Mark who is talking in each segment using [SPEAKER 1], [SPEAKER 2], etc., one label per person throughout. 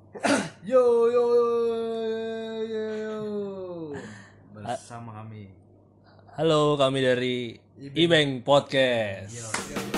[SPEAKER 1] Yo yo yo yo bersama kami.
[SPEAKER 2] Halo, kami dari Ibeng Podcast.
[SPEAKER 1] Yo.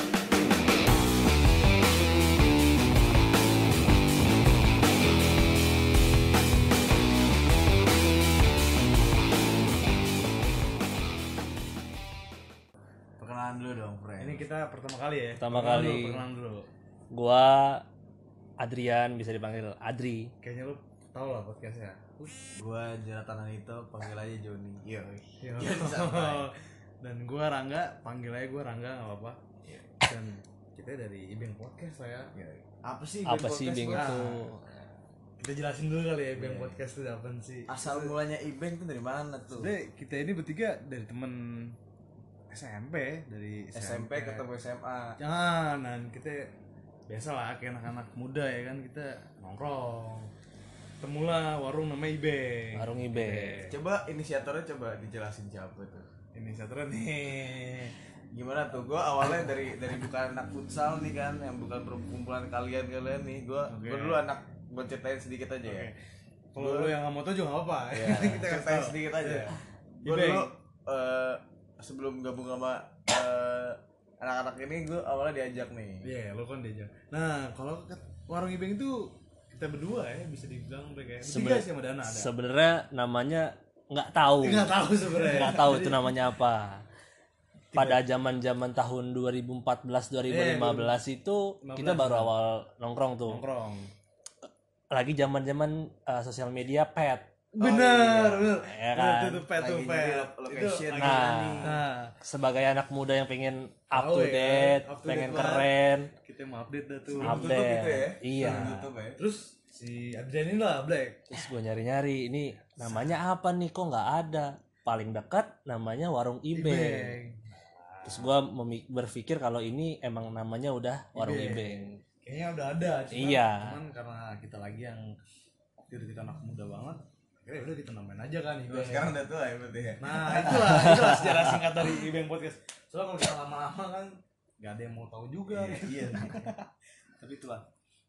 [SPEAKER 3] Perkenalan dulu dong, friend.
[SPEAKER 1] Ini kita pertama kali ya.
[SPEAKER 2] Pertama kali.
[SPEAKER 1] Perkenalan dulu.
[SPEAKER 2] Gua Adrian, bisa dipanggil Adri.
[SPEAKER 1] Kayaknya lu tau lah podcastnya.
[SPEAKER 3] Gua Jonathan Anito, panggil aja Joni. Yo.
[SPEAKER 1] Yo.
[SPEAKER 3] Joni santai.
[SPEAKER 1] Dan gua Rangga, panggil aja gua Rangga, nggak apa-apa. Dan kita dari Ibeng Podcast lah ya.
[SPEAKER 3] Apa sih
[SPEAKER 2] Apa sih Ibeng
[SPEAKER 1] Podcast,
[SPEAKER 2] itu?
[SPEAKER 1] Kita jelasin dulu kali ya Ibeng Podcast itu apa sih?
[SPEAKER 3] Asal mulanya Ibeng tuh dari mana tuh?
[SPEAKER 1] Sebenernya kita ini bertiga dari temen SMP, dari
[SPEAKER 3] SMP ketemu SMA.
[SPEAKER 1] Jangan, dan kita biasa lah kayak anak-anak muda ya kan, kita nongkrong. Temulah warung namanya Ibeng.
[SPEAKER 2] Warung Ibeng.
[SPEAKER 3] Coba inisiatornya coba dijelasin siapa tuh.
[SPEAKER 1] Ini satu nih.
[SPEAKER 3] Gimana tuh? Gua awalnya dari bukan anak futsal nih kan, yang bukan perkumpulan kalian nih. Gua dulu anak, gua ceritain sedikit aja ya.
[SPEAKER 1] Kalau lu yang nggak mau tahu juga nggak apa.
[SPEAKER 3] Ya,
[SPEAKER 1] Kita
[SPEAKER 3] ceritain
[SPEAKER 1] tahu.
[SPEAKER 3] sedikit aja. Gua
[SPEAKER 1] Ibeng.
[SPEAKER 3] dulu sebelum gabung sama anak-anak ini, gue awalnya diajak nih.
[SPEAKER 1] Iya, lu kan diajak. Nah, kalau ke warung Ibeng itu kita berdua ya, bisa dibilang kayak bertiga sih sama Dana ada.
[SPEAKER 2] Sebenarnya namanya nggak tahu.
[SPEAKER 1] Nggak tahu sebenarnya.
[SPEAKER 2] Nggak tahu itu namanya apa. Pada zaman-zaman tahun 2014-2015 itu kita baru awal nongkrong tuh.
[SPEAKER 1] Nongkrong.
[SPEAKER 2] Lagi zaman-zaman sosial media pet.
[SPEAKER 1] Bener.
[SPEAKER 2] Ya kan?
[SPEAKER 1] Itu pet tuh
[SPEAKER 3] Lagi
[SPEAKER 1] pet.
[SPEAKER 3] nyari location.
[SPEAKER 2] Nah, sebagai anak muda yang pengen up
[SPEAKER 1] Tahu
[SPEAKER 2] to
[SPEAKER 1] ya,
[SPEAKER 2] date,
[SPEAKER 1] up to
[SPEAKER 2] pengen
[SPEAKER 1] date banget.
[SPEAKER 2] keren,
[SPEAKER 1] Kita mau update dah tuh.
[SPEAKER 3] Tutup gitu ya?
[SPEAKER 2] Iya.
[SPEAKER 3] Tutup ya?
[SPEAKER 1] Terus si Adrian ini lah Black.
[SPEAKER 2] Terus gue nyari-nyari, ini namanya apa nih, kok nggak ada. Paling dekat namanya Warung Ibeng. Terus gue berpikir kalau ini emang namanya udah Warung Ibeng.
[SPEAKER 1] Kayaknya udah ada. Cuman karena kita lagi yang waktu itu kita anak muda banget. Akhirnya udah kita namain aja kan Ibeng.
[SPEAKER 3] Sekarang udah tua ya berarti ya?
[SPEAKER 1] Nah itulah sejarah singkat dari Ibeng Podcast. Soalnya kalau kita lama-lama kan nggak ada yang mau tahu juga.
[SPEAKER 3] Iya.
[SPEAKER 1] Tapi itulah.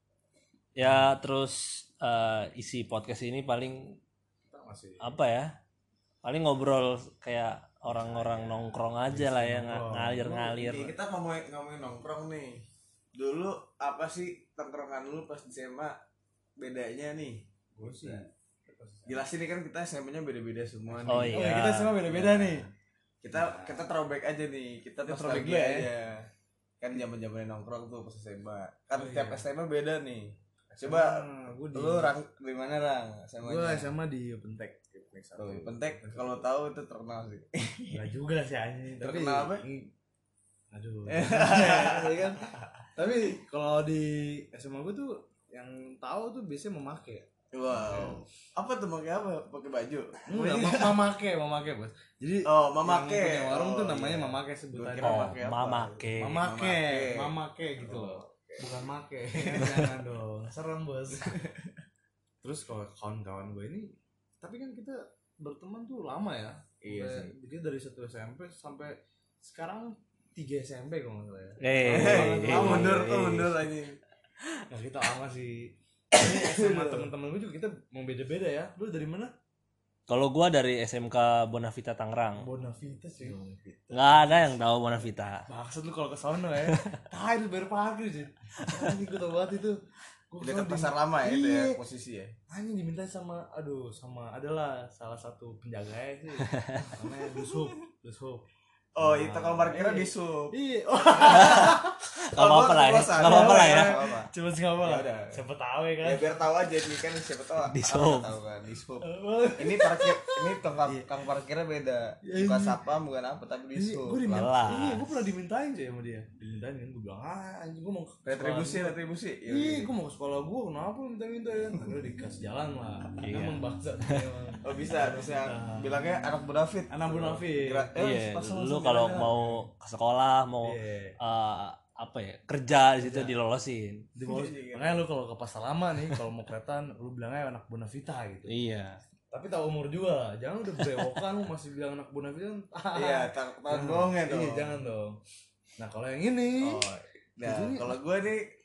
[SPEAKER 2] Ya terus isi podcast ini paling
[SPEAKER 1] Kita masih
[SPEAKER 2] apa ya? Paling ngobrol kayak orang-orang nongkrong aja lah ya, ngalir-ngalir.
[SPEAKER 3] Nih, kita ngomongin nongkrong nih. Dulu apa sih tongkrongan lu pas di SMA? Bedanya nih.
[SPEAKER 1] gue sih.
[SPEAKER 3] Jelasin nih, kan kita SMA-nya beda-beda semua nih.
[SPEAKER 2] Oh
[SPEAKER 1] Oh
[SPEAKER 2] iya.
[SPEAKER 1] ya, kita semua beda-beda nih.
[SPEAKER 3] Kita throwback aja nih. Kita
[SPEAKER 1] throwback
[SPEAKER 3] nostalgia
[SPEAKER 1] ya.
[SPEAKER 3] aja. Kan zaman-zaman nongkrong tuh pas SMA. Kan tiap SMA beda nih. Coba
[SPEAKER 1] gue
[SPEAKER 3] lu di mana Rang?
[SPEAKER 1] gue SMA di Pentek.
[SPEAKER 3] Tuh, Pentek kalau tahu itu terkenal sih.
[SPEAKER 1] Enggak juga sih anjing.
[SPEAKER 3] Terkenal apa?
[SPEAKER 1] Aduh. Ya kan? Tapi kalau di SMA gue tuh yang tahu tuh biasanya memakai.
[SPEAKER 3] Wow. Apa tuh pakai apa? Pakai baju?
[SPEAKER 1] Enggak, mamake, Bos. Jadi
[SPEAKER 3] Mamake.
[SPEAKER 1] yang punya warung tuh
[SPEAKER 3] Oh,
[SPEAKER 1] namanya
[SPEAKER 3] iya.
[SPEAKER 1] mamake sebutannya.
[SPEAKER 2] Oh,
[SPEAKER 3] Mamake apa?
[SPEAKER 2] mamake.
[SPEAKER 1] Mamake gitu loh. Bukan make. Jangan dong. Serem, Bos. Terus kalau kawan-kawan gue ini, tapi kan kita berteman tuh lama ya.
[SPEAKER 3] Iya sih.
[SPEAKER 1] Jadi dari 1 SMP sampai sekarang 3 SMP kalau nggak salah ya.
[SPEAKER 3] Mundur aja.
[SPEAKER 1] Nah kita lama sih. Ini sama teman-teman gue juga kita mau beda-beda ya. Lu dari mana?
[SPEAKER 2] Kalau gua dari SMK Bonavita Tangerang.
[SPEAKER 1] Bonavita sih.
[SPEAKER 2] Nggak ada yang tahu Bonavita.
[SPEAKER 1] Maksud lu kalau ke sono ya. Tai lu bayar parkir sih. Anjing gue tau banget itu. Gua
[SPEAKER 3] Dekat
[SPEAKER 1] kesana
[SPEAKER 3] pasar lama ya itu ya
[SPEAKER 1] Iya.
[SPEAKER 3] posisi ya.
[SPEAKER 1] Anjing diminta sama adalah salah satu penjaga sih. Namanya Dushub.
[SPEAKER 3] Oh, itu kalau parkirnya di sub.
[SPEAKER 1] Iya.
[SPEAKER 2] Nggak apa-apa lah ya. Nggak apa-apa lah ya.
[SPEAKER 1] Cuma enggak apa.
[SPEAKER 3] Ya udah.
[SPEAKER 1] Siapa tahu ya kan.
[SPEAKER 3] Ya biar tahu aja nih kan, siapa tahu.
[SPEAKER 2] Di
[SPEAKER 3] orang
[SPEAKER 2] sub.
[SPEAKER 3] tahu kan di sub. Ini tukang parkirnya beda. Bukan satpam, bukan apa, tapi di sub.
[SPEAKER 1] Gue
[SPEAKER 2] Lelah.
[SPEAKER 1] gue pernah dimintain sih sama dia. Dimintain kan, gue bilang anjing gue mau ke
[SPEAKER 3] Retribusi.
[SPEAKER 1] Iya, gue mau ke sekolah gue, kenapa lu minta-minta ya? Akhirnya dikasih jalan lah.
[SPEAKER 2] Iya.
[SPEAKER 1] Emang bangsa emang.
[SPEAKER 3] Oh bisa bilangnya anak Bonafit.
[SPEAKER 1] Anak Munafik.
[SPEAKER 2] Iya, lu kalau mau ke sekolah, mau apa ya, kerja di situ dilolosin.
[SPEAKER 1] Makanya lu kalau ke pasar lama nih, kalau mau kelihatan, lu bilangnya anak Bonavita gitu.
[SPEAKER 2] Iya.
[SPEAKER 1] Tapi tahu umur juga, jangan udah berewokan lu masih bilang anak Bonavita.
[SPEAKER 3] Iya, tahun bohongnya dong.
[SPEAKER 1] Iya, jangan dong. Nah kalau yang ini,
[SPEAKER 3] Oh, nah kalau gue nih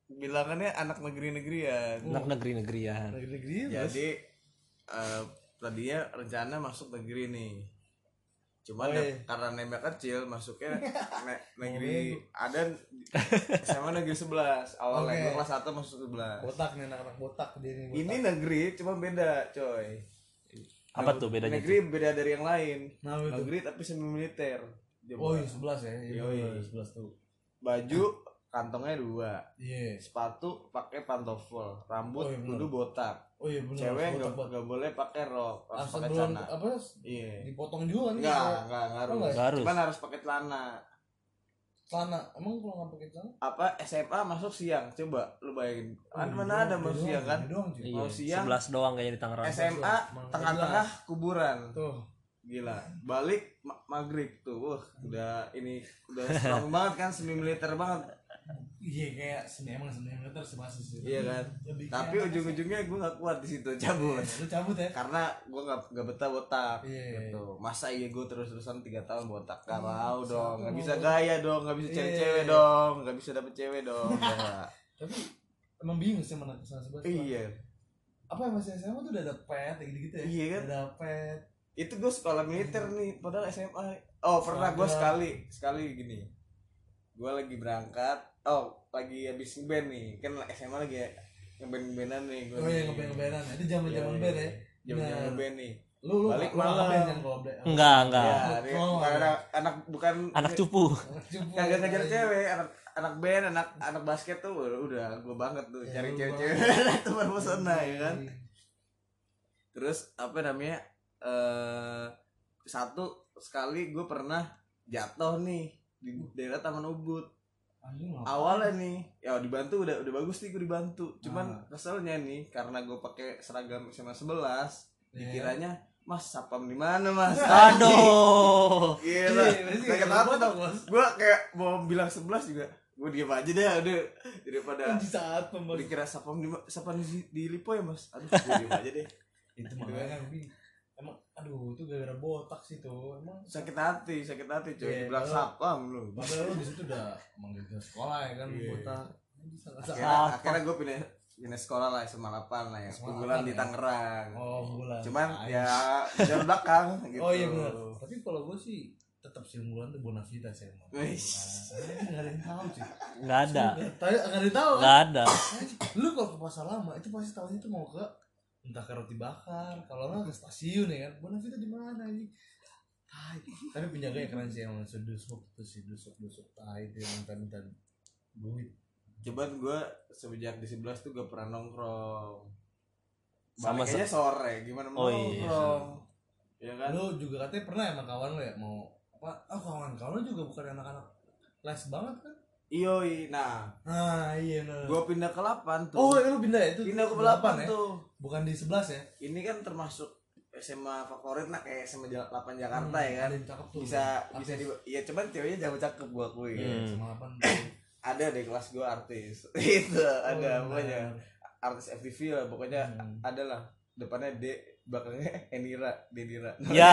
[SPEAKER 3] bilangannya anak negeri-negerian.
[SPEAKER 2] Anak negeri-negerian.
[SPEAKER 1] Negeri-negeri
[SPEAKER 3] Jadi tadinya rencana masuk negeri nih. Cuman karena nembak kecil masuknya negeri ada SMA negeri 11 awalnya. Gue kelas 1 masuk 11.
[SPEAKER 1] botak nih, anak-anak botak dia nih.
[SPEAKER 3] Ini negeri cuma beda, coy.
[SPEAKER 2] Apa tuh bedanya?
[SPEAKER 3] Negeri beda dari yang lain.
[SPEAKER 1] Nah, itu.
[SPEAKER 3] Negeri tapi semi militer.
[SPEAKER 1] Oh iya 11 ya.
[SPEAKER 3] Iya
[SPEAKER 1] 11 tuh.
[SPEAKER 3] Baju kantongnya 2.
[SPEAKER 1] Iya.
[SPEAKER 3] Sepatu pakai pantofel, rambut
[SPEAKER 1] Oh, iya, bener.
[SPEAKER 3] kudu botak.
[SPEAKER 1] Oh iya benar.
[SPEAKER 3] Cewek nggak boleh pakai rok, harus
[SPEAKER 1] asal
[SPEAKER 3] pakai
[SPEAKER 1] belum
[SPEAKER 3] celana.
[SPEAKER 1] apa
[SPEAKER 3] Iya.
[SPEAKER 1] dipotong juga kan?
[SPEAKER 3] Enggak harus.
[SPEAKER 1] enggak?
[SPEAKER 2] Harus.
[SPEAKER 3] Cuman harus pakai celana.
[SPEAKER 1] Celana. Emang kalau nggak pakai celana?
[SPEAKER 3] Apa SMA masuk siang? Coba lu bayangin. Mana ada mau siang kan?
[SPEAKER 1] Iya.
[SPEAKER 3] Mau siang.
[SPEAKER 2] 11 doang kayaknya di Tangerang.
[SPEAKER 3] SMA tengah-tengah kuburan.
[SPEAKER 1] Tuh.
[SPEAKER 3] Gila. Balik maghrib tuh. Udah strong banget kan, semi militer banget.
[SPEAKER 1] Iya kayak emang militer sebasi sih.
[SPEAKER 3] Iya kan. Tapi ujung-ujungnya gue nggak kuat di situ, cabut.
[SPEAKER 1] Lu cabut ya?
[SPEAKER 3] Karena gue nggak betah botak.
[SPEAKER 1] Iya.
[SPEAKER 3] Gitu. Masa iya gue terus-terusan 3 tahun botak? Gak mau dong. Nggak bisa gaya dong. Nggak bisa cewek-cewek dong. Nggak bisa dapet cewek dong. Ya.
[SPEAKER 1] Tapi emang bingung sih mana kesana sebelas.
[SPEAKER 3] Iya.
[SPEAKER 1] Apa yang masih SMA tuh udah ada pet kayak gitu-gitu ya?
[SPEAKER 3] Iya kan?
[SPEAKER 1] Udah ada pet.
[SPEAKER 3] Itu gue sekolah militer nih. Padahal SMA. Oh pernah gue sekali gini. Gue lagi berangkat. Lagi habis ngeband nih. Kan SMA lagi ya ngeband-ngebandan nih.
[SPEAKER 1] Oh iya ngeband-ngebandan. Itu zaman-zaman band ya?
[SPEAKER 3] Zaman ngeband nih.
[SPEAKER 1] Lu
[SPEAKER 3] balik
[SPEAKER 1] malam
[SPEAKER 3] malam.
[SPEAKER 1] kan kalau band?
[SPEAKER 2] Enggak.
[SPEAKER 3] Ya, bukan
[SPEAKER 2] Anak cupu.
[SPEAKER 3] kagak ngejar cewek, anak band, anak basket tuh udah gue banget tuh cari cewek-cewek itu berpesona ya kan. Terus apa namanya? Satu sekali gue pernah jatuh nih di daerah Taman Ubud. Awalnya nih ya dibantu udah bagus nih gue dibantu, cuman keselnya nih karena gue pakai seragam SMA 11 dikiranya mas sapam di mana mas.
[SPEAKER 2] Aduh.
[SPEAKER 3] Gila sakit hati dong. Gue kayak mau bilang 11 juga gue diem aja deh udah daripada
[SPEAKER 1] di saat
[SPEAKER 3] dikira sapam di Lipo ya mas. Aduh gue diem aja deh.
[SPEAKER 1] Itu makanya emang aduh itu gara-gara botak sih tuh emang
[SPEAKER 3] sakit hati coy.
[SPEAKER 1] Iya,
[SPEAKER 3] Dibilang sapam lu.
[SPEAKER 1] padahal lu di situ udah manggil ke sekolah ya kan botak.
[SPEAKER 3] Akhirnya gue pindah sekolah lah SMA 8 lah ya. Unggulan di Tangerang.
[SPEAKER 1] Oh unggulan.
[SPEAKER 3] Cuman ya jalur belakang gitu.
[SPEAKER 1] Oh iya benar. Tapi kalau gue sih tetap sih unggulan tuh Bonavita sih emang. Nggak ada yang tahu sih.
[SPEAKER 2] Nggak ada.
[SPEAKER 1] Nggak ada yang tahu kan?
[SPEAKER 2] Nggak ada.
[SPEAKER 1] Lu kalau ke pasar lama itu pasti tahunya tuh mau ke entah ke roti bakar, kalau nggak ke stasiun ya kan. Bonavita di mana ini? Tapi penjaganya keren sih emang sedusuk tai itu yang minta duit.
[SPEAKER 3] Cuman gue semenjak di 11 tuh gak pernah nongkrong.
[SPEAKER 2] Sama
[SPEAKER 3] Baliknya sore gimana mau nongkrong. Iya kan?
[SPEAKER 1] Lu juga katanya pernah emang kawan lu ya mau apa? Kawan lu juga bukan anak-anak les banget kan?
[SPEAKER 3] Iya. Nah
[SPEAKER 1] Iya benar.
[SPEAKER 3] gue pindah ke 8 tuh.
[SPEAKER 1] Oh lu pindah ya? Itu
[SPEAKER 3] pindah ke 8
[SPEAKER 1] ya?
[SPEAKER 3] tuh.
[SPEAKER 1] Bukan di 11 ya?
[SPEAKER 3] Ini kan termasuk SMA favorit lah kayak SMA 8 Jakarta ya kan.
[SPEAKER 1] Ada yang cakep tuh.
[SPEAKER 3] Bisa iya cuman ceweknya jauh cakep gua akui.
[SPEAKER 1] Sama 8
[SPEAKER 3] Ada deh kelas gua artis. Itu ada pokoknya artis FTV lah pokoknya ada lah. Depannya D, belakangnya Denira.
[SPEAKER 2] Ya.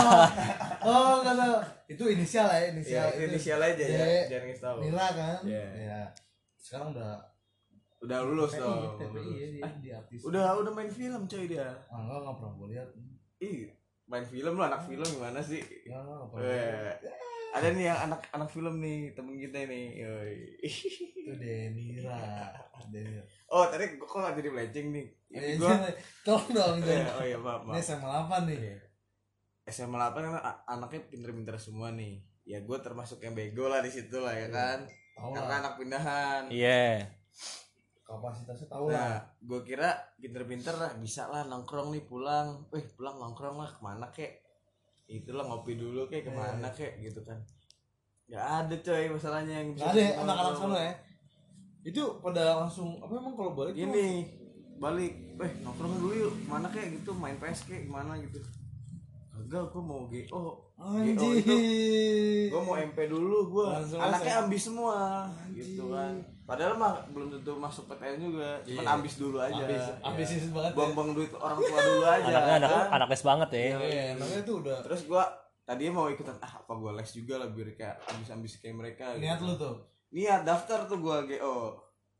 [SPEAKER 1] Oh enggak tahu. Itu inisial ya,
[SPEAKER 3] Ya, inisial aja ya, jangan ngasih tahu.
[SPEAKER 1] Nira kan?
[SPEAKER 3] Iya.
[SPEAKER 1] Ya. Sekarang
[SPEAKER 3] Udah lulus dong.
[SPEAKER 1] Iya, dia artis.
[SPEAKER 3] Udah main film coy dia.
[SPEAKER 1] Enggak pernah gue lihat.
[SPEAKER 3] Ih, main film lu anak film gimana sih?
[SPEAKER 1] Ya enggak pernah.
[SPEAKER 3] Ada nih yang anak film nih temen kita nih. Yoi.
[SPEAKER 1] Itu Denira.
[SPEAKER 3] Oh tadi kok nggak jadi melenceng nih? Ini gua.
[SPEAKER 1] Tolong dong.
[SPEAKER 3] Oh iya maaf.
[SPEAKER 1] Ini SMA 8 nih.
[SPEAKER 3] SMA 8 kan anaknya pinter-pinter semua nih. Ya gue termasuk yang bego lah di situ lah ya kan. Karena anak pindahan.
[SPEAKER 2] Iya.
[SPEAKER 1] Kapasitasnya tahu lah.
[SPEAKER 3] Nah, gue kira pinter-pinter lah bisa lah nongkrong nih pulang. Pulang nongkrong lah kemana kek? Itulah ngopi dulu kek kemana kek gitu kan. Gak ada coy masalahnya yang bisa.
[SPEAKER 1] Gak ada anak-anak sana ya. Itu pada langsung apa emang kalau balik
[SPEAKER 3] gini balik nongkrong dulu yuk mana kayak gitu main PS kayak gimana gitu. Enggak gue mau GO itu gue mau MP dulu gue anaknya ambis semua gitu kan padahal mah belum tentu masuk PTN juga cuman ambis dulu aja
[SPEAKER 1] ambis banget
[SPEAKER 3] buang-buang duit orang tua dulu aja
[SPEAKER 2] anak les banget ya.
[SPEAKER 1] Iya namanya tuh udah
[SPEAKER 3] terus gue tadinya mau ikutan apa gue les juga lah biar kayak ambis-ambis kayak mereka
[SPEAKER 1] niat
[SPEAKER 3] gitu.
[SPEAKER 1] lu tuh
[SPEAKER 3] Niat daftar tuh gue GO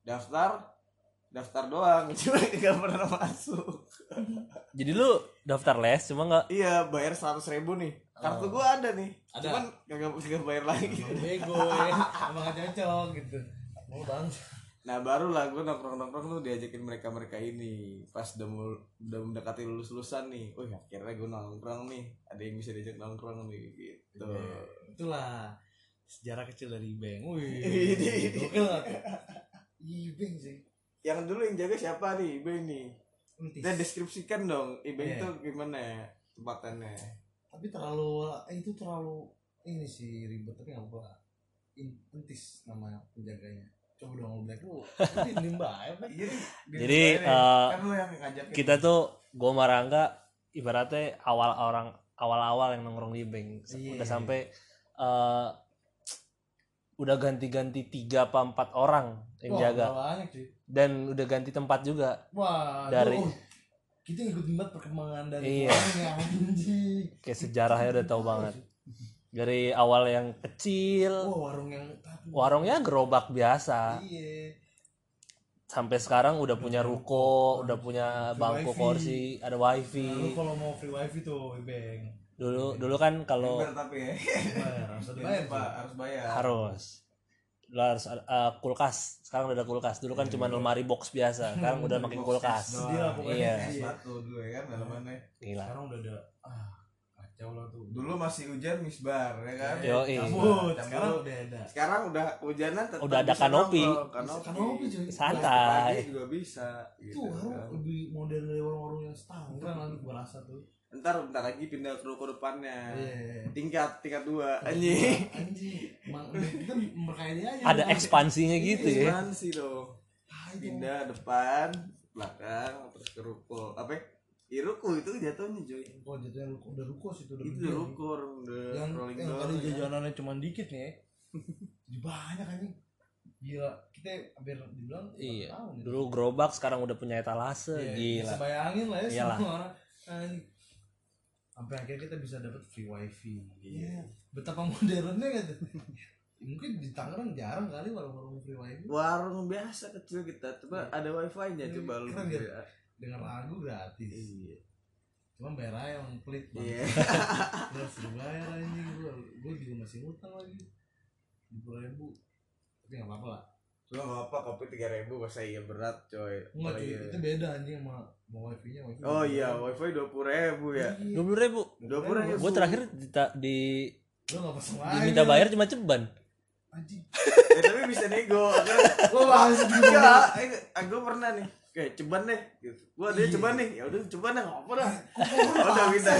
[SPEAKER 3] daftar doang cuma nggak pernah masuk.
[SPEAKER 2] Jadi lu daftar les cuma nggak.
[SPEAKER 3] Iya, bayar 100.000 nih, kartu gua ada nih,
[SPEAKER 1] Ada.
[SPEAKER 3] cuman nggak bayar lagi.
[SPEAKER 1] Emang bego ya, emang gak cocok gitu. Mau bang.
[SPEAKER 3] Nah barulah gue nongkrong tuh diajakin mereka ini pas udah mendekati lulusan nih. Oh akhirnya gue nongkrong nih, ada yang bisa diajak nongkrong nih gitu.
[SPEAKER 1] Itulah sejarah kecil dari Ibeng.
[SPEAKER 3] Ini.
[SPEAKER 1] Gokil gak tuh? Ibeng sih.
[SPEAKER 3] Yang dulu yang jaga siapa nih, Ibeng nih?
[SPEAKER 1] Entis.
[SPEAKER 3] Dan deskripsikan dong Ibeng
[SPEAKER 1] Iya.
[SPEAKER 3] tuh gimana ya tempatannya.
[SPEAKER 1] Tapi terlalu itu terlalu ini sih ribet, tapi nggak apa. Entis nama penjaganya. Coba dong lu Black lu. Diem banget.
[SPEAKER 3] Iya.
[SPEAKER 2] Jadi,
[SPEAKER 3] kan lu yang ngajakin.
[SPEAKER 2] Kita tuh gue sama Rangga ibaratnya awal-awal yang nongkrong di bank.
[SPEAKER 1] Iya.
[SPEAKER 2] Udah sampai udah ganti-ganti 3 apa 4 orang yang
[SPEAKER 1] Wah,
[SPEAKER 2] jaga.
[SPEAKER 1] banyak cuy.
[SPEAKER 2] Dan udah ganti tempat juga.
[SPEAKER 1] Wah,
[SPEAKER 2] Dari-
[SPEAKER 1] kita ngikutin banget perkembangan dari
[SPEAKER 2] Iya.
[SPEAKER 1] orangnya anjing.
[SPEAKER 2] Kayak sejarahnya udah tahu banget. Dari awal yang kecil,
[SPEAKER 1] Wah, warung yang
[SPEAKER 2] warungnya gerobak biasa.
[SPEAKER 1] Iya.
[SPEAKER 2] Sampai sekarang udah punya ruko, udah punya
[SPEAKER 1] Free
[SPEAKER 2] bangku
[SPEAKER 1] wifi.
[SPEAKER 2] kursi, ada
[SPEAKER 1] Nah, lu
[SPEAKER 2] wifi.
[SPEAKER 1] kalau mau free wifi tuh, Ibeng.
[SPEAKER 2] Dulu kan kalau
[SPEAKER 3] Bayar tapi ya.
[SPEAKER 1] Bayar, harus ada bayar,
[SPEAKER 3] Pak,
[SPEAKER 1] Pak.
[SPEAKER 3] harus bayar.
[SPEAKER 2] harus lu harus kulkas. Sekarang udah ada kulkas. Dulu kan cuma lemari box biasa. Sekarang udah makin kulkas.
[SPEAKER 1] Sedih lah pokoknya.
[SPEAKER 2] Iya.
[SPEAKER 3] Es batu dulu ya kan dalamannya.
[SPEAKER 2] Gila.
[SPEAKER 1] Sekarang udah ada kacau lah tuh.
[SPEAKER 3] Dulu masih hujan misbar ya kan.
[SPEAKER 2] Yoi.
[SPEAKER 1] Cabut,
[SPEAKER 3] Cabut.
[SPEAKER 1] sekarang udah ada.
[SPEAKER 3] Sekarang udah hujanan tetap
[SPEAKER 2] Udah ada
[SPEAKER 3] bisa
[SPEAKER 2] kanopi.
[SPEAKER 3] nongkrong.
[SPEAKER 1] Kanopi, cuy.
[SPEAKER 2] Santai.
[SPEAKER 3] Pagi juga bisa
[SPEAKER 1] Itu
[SPEAKER 3] gitu.
[SPEAKER 1] warung
[SPEAKER 3] kan.
[SPEAKER 1] lebih modern dari warung-warung yang setangkrang lagi gua rasa tuh.
[SPEAKER 3] Bentar lagi pindah ke ruko depannya.
[SPEAKER 1] Iya.
[SPEAKER 3] Tingkat 2 anjing.
[SPEAKER 1] Anjing. Kita memperkaya dia aja.
[SPEAKER 2] Ada ekspansinya gitu ya.
[SPEAKER 3] Ekspansi dong.
[SPEAKER 1] Ah, itu.
[SPEAKER 3] Pindah depan, belakang, terus ke ruko. Apa ya? Iya ruko itu jatuhnya cuy.
[SPEAKER 1] Oh, jatuhnya udah ruko sih itu udah
[SPEAKER 3] Itu
[SPEAKER 1] gede.
[SPEAKER 3] udah ruko, udah
[SPEAKER 1] Yang
[SPEAKER 3] rolling
[SPEAKER 1] yang
[SPEAKER 3] door.
[SPEAKER 1] tadi
[SPEAKER 3] ya.
[SPEAKER 1] jajanannya cuma dikit nih ya. Jadi banyak anjing. Gila, kita hampir dibilang
[SPEAKER 2] Iya.
[SPEAKER 1] tahun itu.
[SPEAKER 2] Dulu gerobak, sekarang udah punya etalase.
[SPEAKER 1] Iya,
[SPEAKER 2] Gila.
[SPEAKER 1] bisa bayangin lah ya
[SPEAKER 2] Iyalah.
[SPEAKER 1] semua orang. Anjing. Sampai akhirnya kita bisa dapat free wifi.
[SPEAKER 3] Iya.
[SPEAKER 1] Betapa modernnya gitu. Mungkin di Tangerang jarang kali warung-warung free wifi.
[SPEAKER 3] Warung biasa kecil kita, coba ada wifi-nya
[SPEAKER 1] Iya,
[SPEAKER 3] coba lu.
[SPEAKER 1] keren ya. Dengar lagu gratis.
[SPEAKER 3] Iya.
[SPEAKER 1] Cuma bayar aja yang pelit banget.
[SPEAKER 3] Iya.
[SPEAKER 1] Terus suruh bayar anjing gue juga masih ngutang lagi 20.000. Tapi nggak apa-apa lah.
[SPEAKER 3] Cuma enggak apa kopi 3.000 masa iya berat coy.
[SPEAKER 1] Enggak
[SPEAKER 3] Oh,
[SPEAKER 1] cuy,
[SPEAKER 3] iya.
[SPEAKER 1] itu beda anjing sama wifi-nya. Wifi
[SPEAKER 3] Oh iya, wifi 20.000 ya.
[SPEAKER 2] 20.000.
[SPEAKER 3] 20.000.
[SPEAKER 2] Gue terakhir
[SPEAKER 1] Lo nggak pasang lagi.
[SPEAKER 2] diminta bayar cuma ceban.
[SPEAKER 1] Anjing.
[SPEAKER 3] Tapi bisa nego. Akhirnya
[SPEAKER 1] Lo bahas
[SPEAKER 3] enggak, aku pernah nih. Kayak ceban deh gitu. Gua dia
[SPEAKER 1] Iya.
[SPEAKER 3] ceban nih. Ya udah ceban dah enggak apa dah.
[SPEAKER 1] Kok
[SPEAKER 3] Udah minta.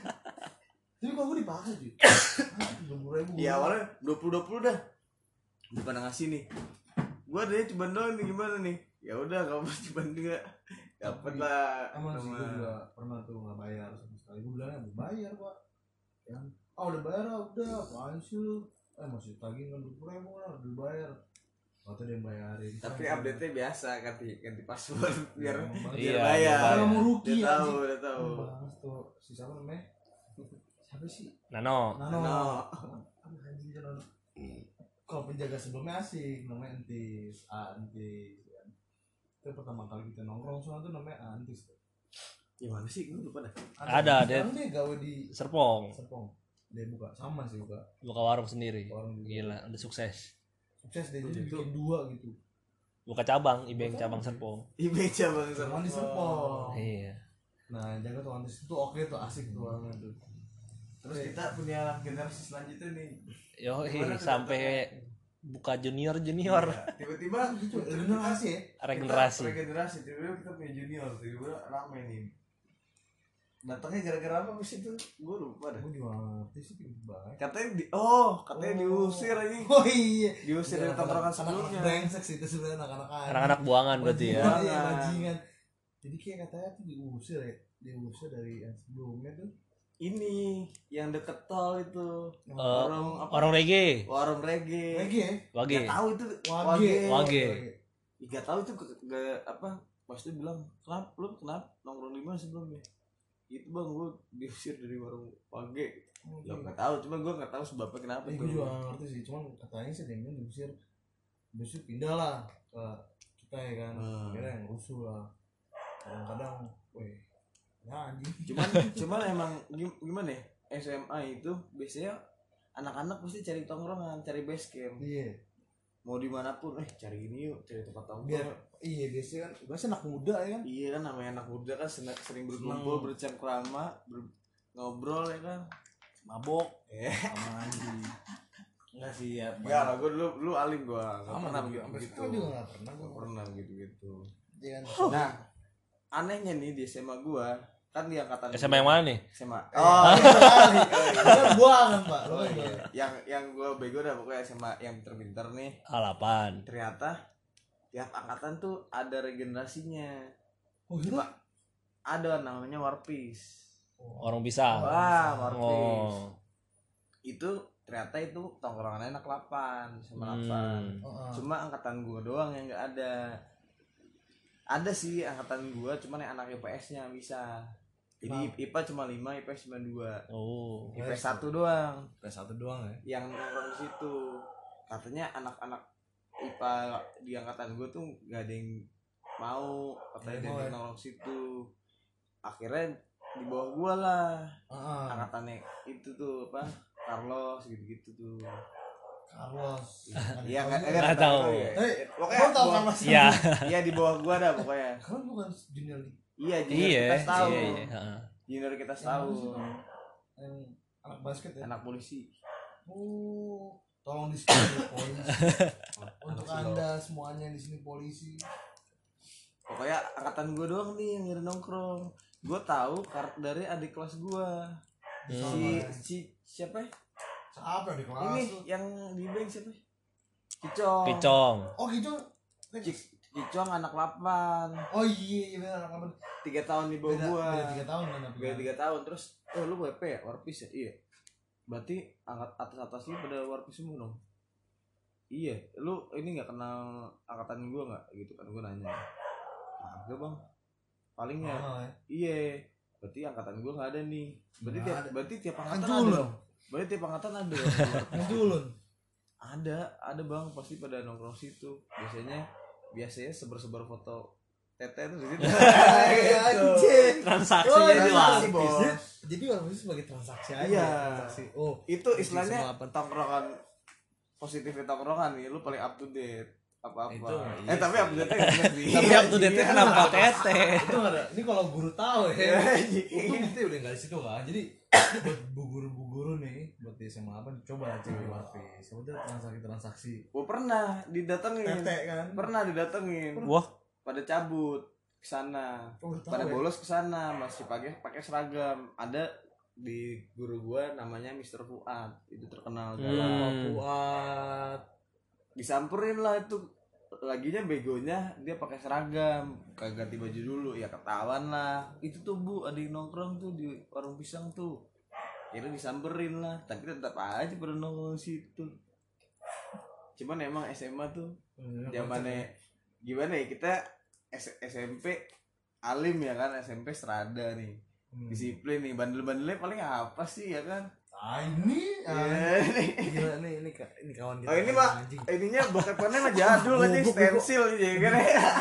[SPEAKER 1] Tapi kalau gue dipaksa cuy. 20.000.
[SPEAKER 3] Iya awalnya 20 dah. Bukan ngasih nih. Gua dia ceban doang nih gimana nih? Ya udah enggak apa ceban juga. Dapat lah.
[SPEAKER 1] Emang sih gue
[SPEAKER 3] Sama-
[SPEAKER 1] juga pernah tuh nggak bayar sama sekali. Gue bilangnya mau bayar pak. Yang udah bayar udah apaan sih lu? Masih tagih kan 20.000 lah udah bayar. Atau dia yang bayarin.
[SPEAKER 3] Tapi update-nya biasa ganti password biar
[SPEAKER 2] Iya,
[SPEAKER 3] biar bayar.
[SPEAKER 2] biar
[SPEAKER 1] bayar. Rugi,
[SPEAKER 3] Dia tahu,
[SPEAKER 1] anjing.
[SPEAKER 3] udah tahu.
[SPEAKER 1] Bahas tuh si siapa namanya? Siapa sih?
[SPEAKER 2] Nano.
[SPEAKER 1] Nano. Anjing kan Nano. Kalau penjaga sebelumnya asik namanya Entis, Entis. Itu pertama kali kita nongkrong soalnya tuh namanya Entis.
[SPEAKER 3] Gimana sih? Gue lupa dah.
[SPEAKER 2] Ada,
[SPEAKER 1] Sekarang dia gawe di
[SPEAKER 2] Serpong.
[SPEAKER 1] Serpong. Dia buka sama sih buka
[SPEAKER 2] Buka warung sendiri.
[SPEAKER 1] warung juga.
[SPEAKER 2] Gila, udah sukses.
[SPEAKER 1] Sukses deh jadi
[SPEAKER 3] Itu.
[SPEAKER 1] bikin 2 gitu.
[SPEAKER 2] Buka cabang, Ibeng cabang Serpong.
[SPEAKER 3] Ibeca bang
[SPEAKER 1] Sama di Serpong.
[SPEAKER 2] Iya.
[SPEAKER 1] Nah, jaga tuh Entis itu oke tuh asik tuh orangnya tuh.
[SPEAKER 3] Terus kita punya generasi selanjutnya nih.
[SPEAKER 2] Yo,
[SPEAKER 3] Gimana tuh
[SPEAKER 2] sampai buka junior.
[SPEAKER 3] Iya, tiba-tiba
[SPEAKER 1] Gitu, regenerasi ya.
[SPEAKER 2] Regenerasi.
[SPEAKER 3] Regenerasi. Tiba-tiba kita punya junior. Tiba-tiba rame nih. Datangnya gara-gara apa sih itu? Gue lupa dah.
[SPEAKER 1] Gue juga ngerti sih gitu banget.
[SPEAKER 3] Katanya diusir aja.
[SPEAKER 1] Oh iya.
[SPEAKER 3] Diusir dari tongkrongan
[SPEAKER 1] Anak-anak
[SPEAKER 3] sebelumnya.
[SPEAKER 1] brengsek sih itu sebenarnya anak-anak
[SPEAKER 2] Anak-anak buangan berarti ya.
[SPEAKER 1] Bajingan, iya, bajingan. Jadi kayak katanya tuh diusir ya. Diusir dari yang sebelumnya tuh.
[SPEAKER 3] Ini yang deket tol itu.
[SPEAKER 2] Eh,
[SPEAKER 3] Warung apa?
[SPEAKER 2] Orang reggae.
[SPEAKER 3] Warung reggae.
[SPEAKER 1] Lagi ya.
[SPEAKER 2] Wage.
[SPEAKER 3] Gak tahu itu.
[SPEAKER 2] Wage.
[SPEAKER 3] Gak tahu itu gak apa. Pasti bilang kenapa nongkrong di mana sebelumnya? Itu bang gue diusir dari warung Wage. Ya nggak tahu, cuma gue nggak tahu sebabnya kenapa
[SPEAKER 1] Gue
[SPEAKER 3] tuh.
[SPEAKER 1] juga nggak ngerti sih. Cuman katanya sih dia diusir. Diusir pindah lah ke kita ya kan. Kira yang rusuh lah. Kadang-kadang, weh, ya anjing.
[SPEAKER 3] Cuman emang gimana ya? SMA itu biasanya anak-anak pasti cari tongkrongan, cari base camp.
[SPEAKER 1] Iya.
[SPEAKER 3] Mau dimanapun, cari ini yuk, cari tempat tongkrong.
[SPEAKER 1] Biar biasanya kan, biasa anak muda ya kan.
[SPEAKER 3] Iya kan, namanya anak muda kan sering berkumpul, bercengkrama, ngobrol ya kan.
[SPEAKER 1] Mabok. Sama anjing. Enggak sih ya.
[SPEAKER 3] Enggak lah, gue dulu alim gue. Gak pernah begitu.
[SPEAKER 1] Gue juga gak pernah.
[SPEAKER 3] Gak pernah gitu.
[SPEAKER 1] Nah,
[SPEAKER 3] anehnya nih di SMA gue, kan di angkatan
[SPEAKER 2] SMA yang mana nih?
[SPEAKER 3] SMA.
[SPEAKER 1] kan gua kan Pak.
[SPEAKER 3] Yang gue bego dah pokoknya SMA yang pinter-pinter nih.
[SPEAKER 2] A8.
[SPEAKER 3] Ternyata tiap angkatan tuh ada regenerasinya.
[SPEAKER 1] Oh,
[SPEAKER 3] Cuma ada namanya Warpis.
[SPEAKER 2] Orang bisa.
[SPEAKER 3] Wah, Warpis. Itu ternyata itu tongkrongannya anak 8 sama 8. Cuma angkatan gue doang yang nggak ada. Ada sih angkatan gue, cuman yang anak IPS-nya bisa. Jadi IPA cuma 5, IPS cuma 2.
[SPEAKER 2] Oh.
[SPEAKER 3] IPS 1 doang.
[SPEAKER 1] IPS 1 doang ya.
[SPEAKER 3] Yang nongkrong di situ. Katanya anak-anak IPA di angkatan gue tuh nggak ada yang mau, katanya dia nongkrong situ. Akhirnya di bawah gue lah. Angkatannya itu tuh apa? Carlos gitu-gitu tuh.
[SPEAKER 1] Carlos.
[SPEAKER 3] Iya
[SPEAKER 2] enggak tahu.
[SPEAKER 3] Pokoknya
[SPEAKER 1] tahu Carlos.
[SPEAKER 2] Iya.
[SPEAKER 3] Iya di bawah gua dah pokoknya.
[SPEAKER 1] Kan bukan junior.
[SPEAKER 3] Iya, junior kita tahu.
[SPEAKER 2] Iya.
[SPEAKER 3] Junior kita tahu.
[SPEAKER 1] Yang anak basket ya.
[SPEAKER 3] Anak polisi.
[SPEAKER 1] Oh, tolong di sini polisi. Untuk Anda semuanya di sini polisi.
[SPEAKER 3] Pokoknya angkatan gua doang nih yang ada nongkrong. Gua tahu dari adik kelas gua. Si siapa?
[SPEAKER 1] Siapa di kelas?
[SPEAKER 3] Ini yang di bank siapa? Kicong.
[SPEAKER 2] Oh,
[SPEAKER 1] Kicong.
[SPEAKER 3] Kicong anak 8.
[SPEAKER 1] Oh iya benar anak 8.
[SPEAKER 3] 3 tahun di bawah gua.
[SPEAKER 1] Beda 3 tahun kan.
[SPEAKER 3] Beda 3 tahun terus lu WP ya? Warpis ya? Iya. Berarti atas-atasnya pada Warpis semua dong. Iya, lu ini enggak kenal angkatan gua enggak gitu kan gua nanya. Kagak, Bang. Palingnya. Iya. Berarti angkatan gua enggak ada nih. Berarti tiap angkatan ada. Berarti tiap angkatan ada.
[SPEAKER 1] Ngejulun.
[SPEAKER 3] Ada Bang, pasti pada nongkrong situ. Biasanya sebar-sebar foto tete tuh di situ.
[SPEAKER 2] Transaksinya di Warpis.
[SPEAKER 1] Jadi Warpis sebagai transaksi aja.
[SPEAKER 3] Iya.
[SPEAKER 1] Transaksi. Oh,
[SPEAKER 3] itu istilahnya tongkrongan positifnya tongkrongan nih, lu paling up to date. Apa-apa. Tapi up to date enggak sih.
[SPEAKER 2] Tapi up to date kenapa tete?
[SPEAKER 1] Itu enggak ada. Ini kalau guru tahu ya. Itu kita udah enggak di situ kan. Jadi buat bu-guru nih buat di SMA apa coba cek di Warpis. Udah transaksi.
[SPEAKER 3] Gua pernah didatengin.
[SPEAKER 1] Tete kan.
[SPEAKER 3] Pernah didatengin.
[SPEAKER 2] Wah,
[SPEAKER 3] Pada cabut ke sana. Pada bolos ke sana, masih pakai seragam. Ada di guru gua namanya Mr. Fuad. Itu terkenal
[SPEAKER 1] Fuad.
[SPEAKER 3] Disamperin lah itu. Laginya begonya dia pakai seragam, kagak ganti baju dulu, ya ketahuan lah. Itu tuh Bu, ada yang nongkrong tuh di warung pisang tuh. Akhirnya disamperin lah, tapi tetap aja pada nongkrong situ. Cuman emang SMA tuh zamannya gimana ya, kita SMP alim ya kan, SMP serada nih. Disiplin nih, bandel-bandelnya paling apa sih ya kan?
[SPEAKER 1] Ini gila nih ini kawan kita.
[SPEAKER 3] Oh ini mah ininya bokepannya mah jadul aja, stensil aja kan.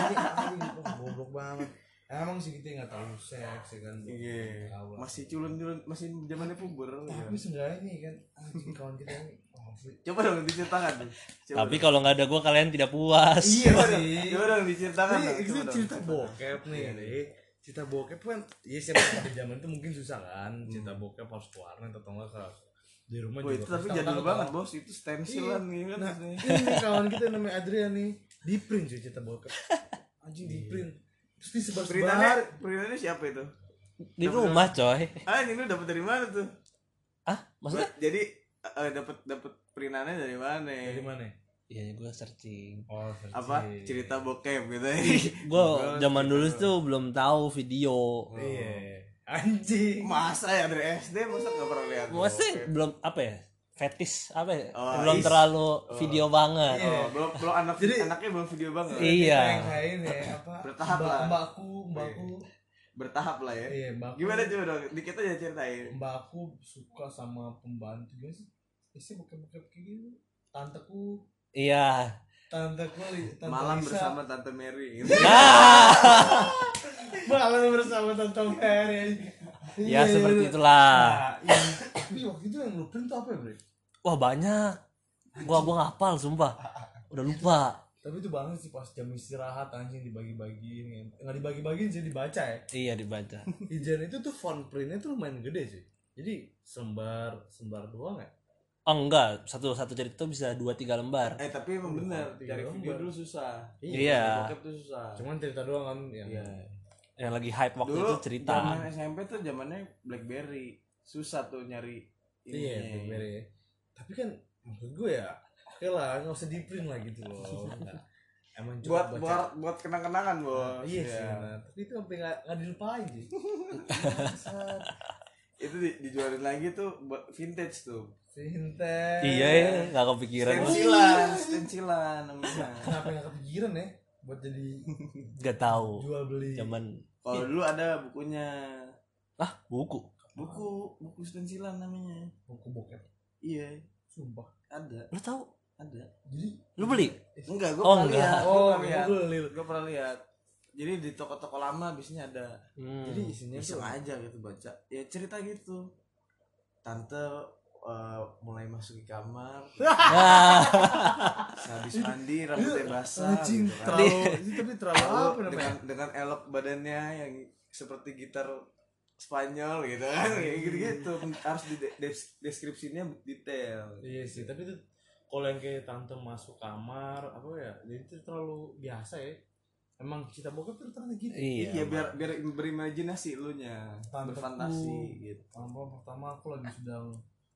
[SPEAKER 1] Goblok banget. Emang sih kita enggak tahu seks ya kan.
[SPEAKER 3] Iya. Masih culun-culun, masih zamannya puber.
[SPEAKER 1] Tapi seenggaknya nih kan anjing kawan kita ini.
[SPEAKER 3] Coba dong diceritakan.
[SPEAKER 2] tapi kalau nggak ada gua kalian tidak puas.
[SPEAKER 1] Iya sih.
[SPEAKER 3] Coba dong diceritakan.
[SPEAKER 1] Ini cerita bokep nih. Cerita bokep kan iya siapa pada zaman itu mungkin susah kan. Cerita bokep harus ke warnet atau enggak ke di rumah juga.
[SPEAKER 3] Itu tapi jadul banget bos, itu stensilan nih kan.
[SPEAKER 1] Nah, ini kawan kita namanya Adrian nih, di print cuy cerita bokep. Anjing di print. Terus disebar-sebar.
[SPEAKER 3] Perintannya siapa itu?
[SPEAKER 2] Di rumah coy.
[SPEAKER 3] Ini lu dapat dari mana tuh?
[SPEAKER 2] Maksudnya?
[SPEAKER 3] Jadi dapat perintannya dari mana?
[SPEAKER 1] Dari mana?
[SPEAKER 2] Iya, gue searching.
[SPEAKER 1] Oh, searching.
[SPEAKER 3] Apa cerita bokep gitu ya?
[SPEAKER 2] Gue zaman dulu tuh belum tahu video.
[SPEAKER 1] Iya. Anjing.
[SPEAKER 3] Masa ya dari SD masa nggak pernah lihat?
[SPEAKER 2] Maksudnya belum apa ya? Fetis apa ya?
[SPEAKER 3] Oh,
[SPEAKER 2] belum terlalu video banget.
[SPEAKER 3] Oh, belum anaknya belum video banget.
[SPEAKER 2] Iya.
[SPEAKER 1] Kayak ya apa?
[SPEAKER 3] Bertahap lah.
[SPEAKER 1] Mbakku.
[SPEAKER 3] Bertahap lah ya.
[SPEAKER 1] Iya, mbakku.
[SPEAKER 3] Gimana coba dong? Dikit aja ceritain.
[SPEAKER 1] Mbakku suka sama pembantu gimana sih? Isi bokep kayak gitu. Tanteku.
[SPEAKER 2] Iya.
[SPEAKER 1] Tante Kuli, Tante
[SPEAKER 3] Malam
[SPEAKER 1] Lisa.
[SPEAKER 3] bersama Tante Mary.
[SPEAKER 1] Malam bersama Tante Mary.
[SPEAKER 2] Ya seperti itulah.
[SPEAKER 1] Nah, tapi waktu itu yang lu print tuh apa ya, Bre?
[SPEAKER 2] Wah banyak. Gua ngapal sumpah. Udah lupa.
[SPEAKER 1] Tapi itu banget sih pas jam istirahat anjing dibagi-bagiin. Enggak dibagi-bagiin sih, dibaca ya.
[SPEAKER 2] Iya dibaca.
[SPEAKER 1] Ijan itu tuh font printnya tuh lumayan gede sih. Jadi sembar doang ya.
[SPEAKER 2] Oh enggak, satu cerita tuh bisa 2-3 lembar.
[SPEAKER 3] Tapi emang bener,
[SPEAKER 1] Tiga
[SPEAKER 3] cari video
[SPEAKER 1] lembar.
[SPEAKER 3] dulu susah.
[SPEAKER 2] Iya.
[SPEAKER 3] Bokep tuh susah.
[SPEAKER 1] Cuman cerita doang kan yang
[SPEAKER 3] Iya.
[SPEAKER 2] Yang lagi hype waktu
[SPEAKER 3] Dulu
[SPEAKER 2] itu cerita.
[SPEAKER 3] zaman SMP tuh zamannya BlackBerry. Susah tuh nyari
[SPEAKER 1] iya, BlackBerry ya. Tapi kan maksud gue ya, oke lah, nggak usah di print lah gitu loh. Nah, emang cukup
[SPEAKER 3] buat kenang-kenangan, Bos.
[SPEAKER 1] Iya sih, nah, tapi itu sampai nggak dilupain sih.
[SPEAKER 3] Itu dijualin lagi tuh buat vintage tuh.
[SPEAKER 1] Vintage.
[SPEAKER 2] Iya ya, nggak kepikiran.
[SPEAKER 3] Stensilan namanya.
[SPEAKER 1] Kenapa nggak kepikiran ya buat jadi
[SPEAKER 2] Gak tahu.
[SPEAKER 1] jual beli?
[SPEAKER 2] Zaman
[SPEAKER 3] Kalau dulu ada bukunya.
[SPEAKER 2] buku.
[SPEAKER 3] Buku stensilan namanya.
[SPEAKER 1] Buku bokep.
[SPEAKER 3] Iya,
[SPEAKER 1] Sumpah.
[SPEAKER 3] ada.
[SPEAKER 2] Lu tahu?
[SPEAKER 3] Ada.
[SPEAKER 1] Jadi
[SPEAKER 2] Lu beli?
[SPEAKER 3] Enggak, gue
[SPEAKER 2] Oh,
[SPEAKER 3] pernah
[SPEAKER 2] enggak.
[SPEAKER 3] lihat.
[SPEAKER 1] gue
[SPEAKER 3] Gue pernah lihat. Jadi di toko-toko lama biasanya ada.
[SPEAKER 1] Jadi isinya
[SPEAKER 3] Iseng
[SPEAKER 1] tuh
[SPEAKER 3] aja gitu baca. Ya cerita gitu. Tante mulai masuk ke kamar,
[SPEAKER 2] Nah,
[SPEAKER 3] habis mandi rambutnya basah
[SPEAKER 1] anjing
[SPEAKER 3] gitu kan.
[SPEAKER 1] terlalu itu tapi terlalu
[SPEAKER 3] Lalu
[SPEAKER 1] apa namanya?
[SPEAKER 3] dengan elok badannya yang seperti gitar Spanyol gitu kan, kayak gitu-gitu harus di deskripsinya detail.
[SPEAKER 1] Iya sih, tapi itu kalau yang kayak tante masuk kamar apa ya, jadi itu terlalu biasa ya. Emang cerita bokep tuh ternyata gitu.
[SPEAKER 2] iya.
[SPEAKER 3] biar berimajinasi lu nya,
[SPEAKER 1] Tanteku.
[SPEAKER 3] berfantasi gitu.
[SPEAKER 1] Pertama aku lagi sedang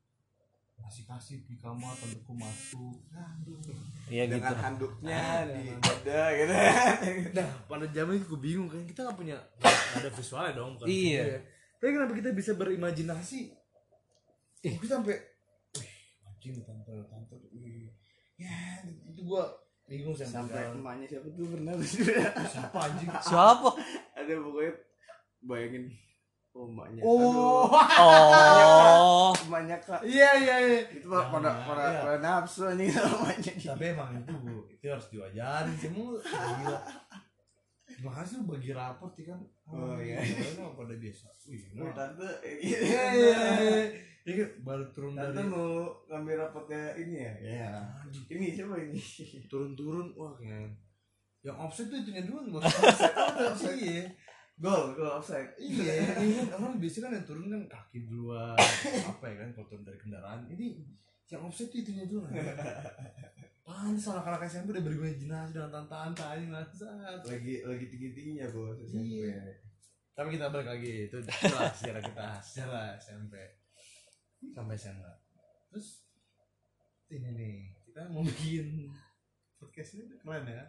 [SPEAKER 1] kasih di kamar, tanteku masuk. Aduh.
[SPEAKER 2] Iya gitu.
[SPEAKER 3] Dengan handuknya di dada gitu.
[SPEAKER 1] Nah, pada zaman itu gue bingung kan, kita nggak ada visualnya dong kan.
[SPEAKER 2] Iya.
[SPEAKER 1] Tapi kenapa kita bisa berimajinasi? Kita sampai, wih, anjing tante, wih, ya itu gue bingung
[SPEAKER 3] Sampai
[SPEAKER 1] sampai
[SPEAKER 3] emaknya siapa tuh pernah juga.
[SPEAKER 1] siapa anjing?
[SPEAKER 2] Siapa?
[SPEAKER 3] Ada pokoknya bayangin emaknya.
[SPEAKER 1] Oh,
[SPEAKER 2] Oh.
[SPEAKER 3] Emaknya Kak.
[SPEAKER 1] iya.
[SPEAKER 3] Itu pada nafsu nih emaknya.
[SPEAKER 1] Tapi emang itu harus diwajarin sih, mau gila. Gimana sih lu bagi raport ya kan?
[SPEAKER 3] Oh, iya.
[SPEAKER 1] Apa pada biasa? Wih,
[SPEAKER 3] Oh,
[SPEAKER 1] nah.
[SPEAKER 3] tante
[SPEAKER 1] Iya. Ini kan baru turun
[SPEAKER 3] tante
[SPEAKER 1] dari
[SPEAKER 3] mau ngambil rapotnya ini ya. Iya. Ini siapa ini?
[SPEAKER 1] turun wah kayak yang offset tuh itunya duluan buat offset tuh iya.
[SPEAKER 3] Gol offside.
[SPEAKER 1] Iya, ini kan orang biasanya kan yang turun kan kaki duluan apa ya kan kalau turun dari kendaraan. Ini yang offset tuh itunya duluan. Pantes anak-anak SMP udah berimajinasi dengan tante-tante bangsat.
[SPEAKER 3] Lagi tinggi-tingginya, Bos.
[SPEAKER 1] Iya. Tapi kita balik lagi itu itulah sejarah SMP sampai SMA. Terus ini nih kita mau bikin podcast ini keren ya.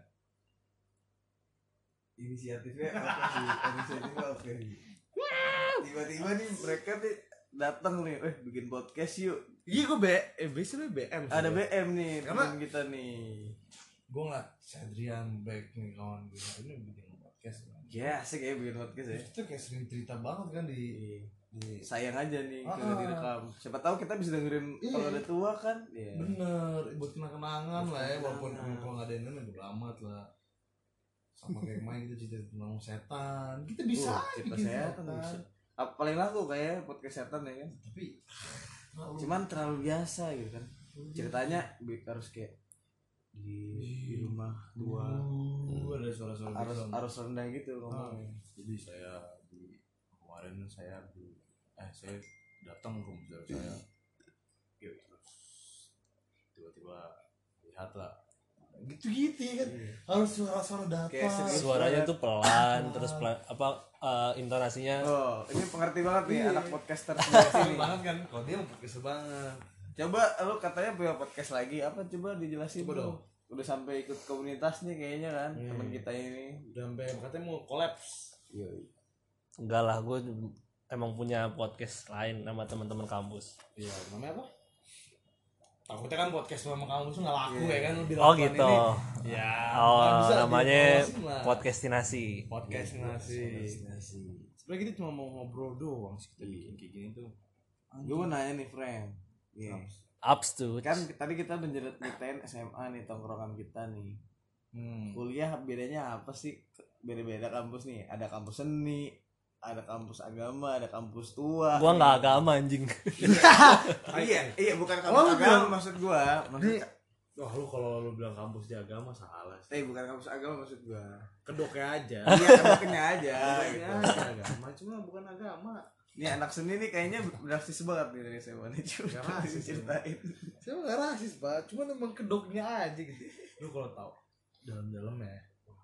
[SPEAKER 3] Inisiatifnya oke sih. Tiba-tiba nih mereka nih datang nih, bikin podcast yuk.
[SPEAKER 1] Iya gue biasanya BM.
[SPEAKER 3] Ada BM nih
[SPEAKER 1] Karena-
[SPEAKER 3] teman kita nih.
[SPEAKER 1] Gue ngeliat si Adrian baik nih kawan gue ini bikin podcast kan.
[SPEAKER 3] Ya, asik ya bikin podcast ya.
[SPEAKER 1] Itu kayak sering cerita banget kan di
[SPEAKER 3] Sayang aja nih
[SPEAKER 1] Ah.
[SPEAKER 3] kalau direkam. Siapa tahu kita bisa dengerin
[SPEAKER 1] Iya.
[SPEAKER 3] kalau udah tua kan. Iya.
[SPEAKER 1] bener buat kenang-kenangan lah ya, walaupun
[SPEAKER 3] Kenang-kenangan.
[SPEAKER 1] kalau nggak ada yang udah amat lah. Sama kayak main kita cerita tentang setan, kita bisa
[SPEAKER 3] cerita
[SPEAKER 1] bikin
[SPEAKER 3] setan bisa. Paling laku kayak podcast setan ya kan.
[SPEAKER 1] Tapi
[SPEAKER 3] Cuman terlalu biasa gitu kan. Ceritanya harus kayak di rumah tua.
[SPEAKER 1] ada suara-suara gitu.
[SPEAKER 3] Harus rendah gitu ngomongnya.
[SPEAKER 1] Jadi saya kemarin saya datang ke rumah saudara saya, terus tiba-tiba lihat lah gitu ya kan, harus suara-suara datang.
[SPEAKER 3] Kayak serius.
[SPEAKER 2] Suaranya tuh pelan, terus intonasinya.
[SPEAKER 3] Oh, ini pengerti banget nih
[SPEAKER 1] Iya.
[SPEAKER 3] anak podcaster sebelah sini.
[SPEAKER 1] banget kan, kalau dia mau podcast banget.
[SPEAKER 3] Coba lu katanya punya podcast lagi, apa coba dijelasin
[SPEAKER 1] Coba
[SPEAKER 3] dulu.
[SPEAKER 1] dong.
[SPEAKER 3] Udah sampai ikut komunitas nih kayaknya kan, teman kita ini.
[SPEAKER 1] Udah sampai katanya mau kolaps.
[SPEAKER 3] Iya.
[SPEAKER 2] Enggak lah, gue emang punya podcast lain sama teman-teman kampus.
[SPEAKER 1] Iya, namanya apa? Takutnya kan podcast sama kamu tuh nggak laku ya kan, lebih
[SPEAKER 2] Oh
[SPEAKER 1] lakuan
[SPEAKER 2] gitu.
[SPEAKER 1] ini. Ya.
[SPEAKER 2] Oh,
[SPEAKER 1] nggak bisa
[SPEAKER 2] namanya
[SPEAKER 1] dipromosin lah.
[SPEAKER 2] podcastinasi.
[SPEAKER 1] Podcast nasi. Sebenarnya kita cuma mau ngobrol doang sih, kita bikin kayak gini tuh.
[SPEAKER 3] Gue mau nanya nih, friend. Iya.
[SPEAKER 2] Ups tuh.
[SPEAKER 3] Kan tadi kita udah nyeritain SMA nih, tongkrongan kita nih. Kuliah bedanya apa sih? Beda-beda kampus nih. Ada kampus seni, ada kampus agama, ada kampus tua.
[SPEAKER 2] Gua nggak agama anjing.
[SPEAKER 3] Iya bukan kampus agama maksud gua.
[SPEAKER 1] Wah lu kalau lu bilang kampus di agama salah sih.
[SPEAKER 3] Bukan kampus agama maksud gua.
[SPEAKER 1] Kedoknya aja.
[SPEAKER 3] Iya, kedoknya aja.
[SPEAKER 1] Kedoknya aja agama, cuma bukan agama.
[SPEAKER 3] Nih anak seni nih kayaknya rasis banget nih dari SMA nih.
[SPEAKER 1] Gak rasis
[SPEAKER 3] ceritain.
[SPEAKER 1] Saya gak rasis pak, cuma emang kedoknya aja gitu. Lu kalau tahu dalam-dalam ya,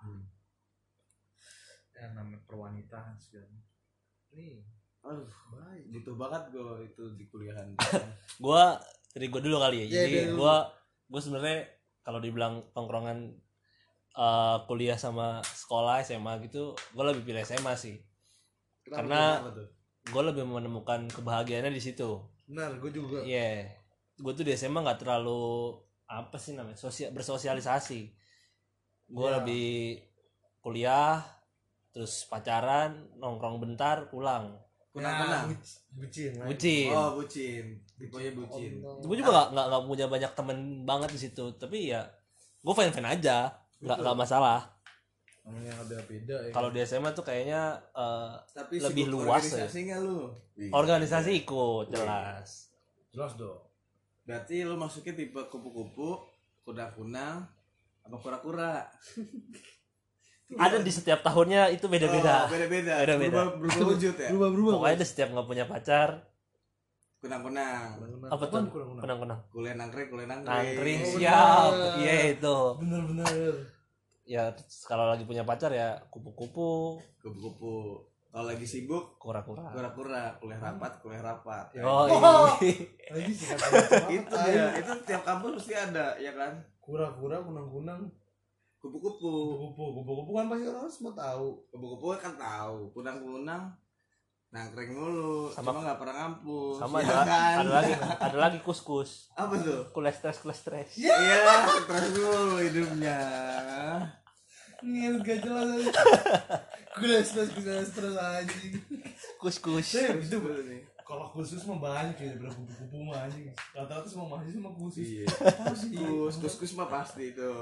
[SPEAKER 1] yang namanya perwanitaan segala. Nih,
[SPEAKER 3] aduh, baik. Butuh banget gue itu di kuliahan.
[SPEAKER 2] Dari gua dulu kali ya. Jadi gua sebenarnya kalau dibilang tongkrongan kuliah sama sekolah SMA gitu, gua lebih pilih SMA sih. Karena gue lebih menemukan kebahagiaannya di situ.
[SPEAKER 1] Benar, gue juga.
[SPEAKER 2] Iya, gue tuh di SMA nggak terlalu apa sih namanya bersosialisasi. Gue lebih kuliah, terus pacaran, nongkrong bentar, pulang.
[SPEAKER 3] Kunang-kunang.
[SPEAKER 1] Bucin.
[SPEAKER 3] Oh bucin. Tipenya bucin.
[SPEAKER 2] Gue juga nggak punya banyak temen banget di situ, tapi ya gue fan aja, nggak masalah.
[SPEAKER 1] Namanya beda ya.
[SPEAKER 2] Kalau di SMA tuh kayaknya
[SPEAKER 3] tapi
[SPEAKER 2] lebih luas ya.
[SPEAKER 3] organisasi nggak lu?
[SPEAKER 2] Organisasi ikut jelas.
[SPEAKER 1] Jelas dong.
[SPEAKER 3] Berarti lu masuknya tipe kupu-kupu, kunang-kunang, apa kura-kura?
[SPEAKER 2] Ada di setiap tahunnya itu beda-beda.
[SPEAKER 3] Beda-beda. Berubah wujud ya.
[SPEAKER 1] Berubah.
[SPEAKER 2] Pokoknya ada setiap nggak punya pacar.
[SPEAKER 3] Kunang-kunang.
[SPEAKER 2] Apa tuh? Kunang-kunang.
[SPEAKER 3] Kuliah nangkring.
[SPEAKER 2] Nangkring siap. Iya itu.
[SPEAKER 1] Bener.
[SPEAKER 2] Ya kalau lagi punya pacar ya kupu-kupu.
[SPEAKER 3] Kalau lagi sibuk
[SPEAKER 2] kura-kura.
[SPEAKER 3] Kuliah rapat.
[SPEAKER 1] Lagi sih
[SPEAKER 3] itu dia. Itu tiap kampus pasti ada, ya kan?
[SPEAKER 1] Kura-kura, kunang-kunang,
[SPEAKER 3] kupu-kupu
[SPEAKER 1] kan pasti orang semua tahu.
[SPEAKER 3] Kupu-kupu kan tahu. Kunang-kunang nangkring mulu,
[SPEAKER 2] Sama,
[SPEAKER 3] cuma nggak pernah ngampus.
[SPEAKER 2] Sama
[SPEAKER 3] ya kan?
[SPEAKER 2] ada lagi kus-kus.
[SPEAKER 3] Apa tuh?
[SPEAKER 2] Kules stress.
[SPEAKER 3] Iya, stres dulu hidupnya.
[SPEAKER 1] Ngil gak jelas aja. Gue stres anjing.
[SPEAKER 2] Kus-kus.
[SPEAKER 3] Itu betul nih.
[SPEAKER 1] Kalau khusus mah banyak ya, berapa kupu-kupu mah anjing. Rata-rata semua mahasiswa mah khusus.
[SPEAKER 3] Iya. Kus mah pasti itu.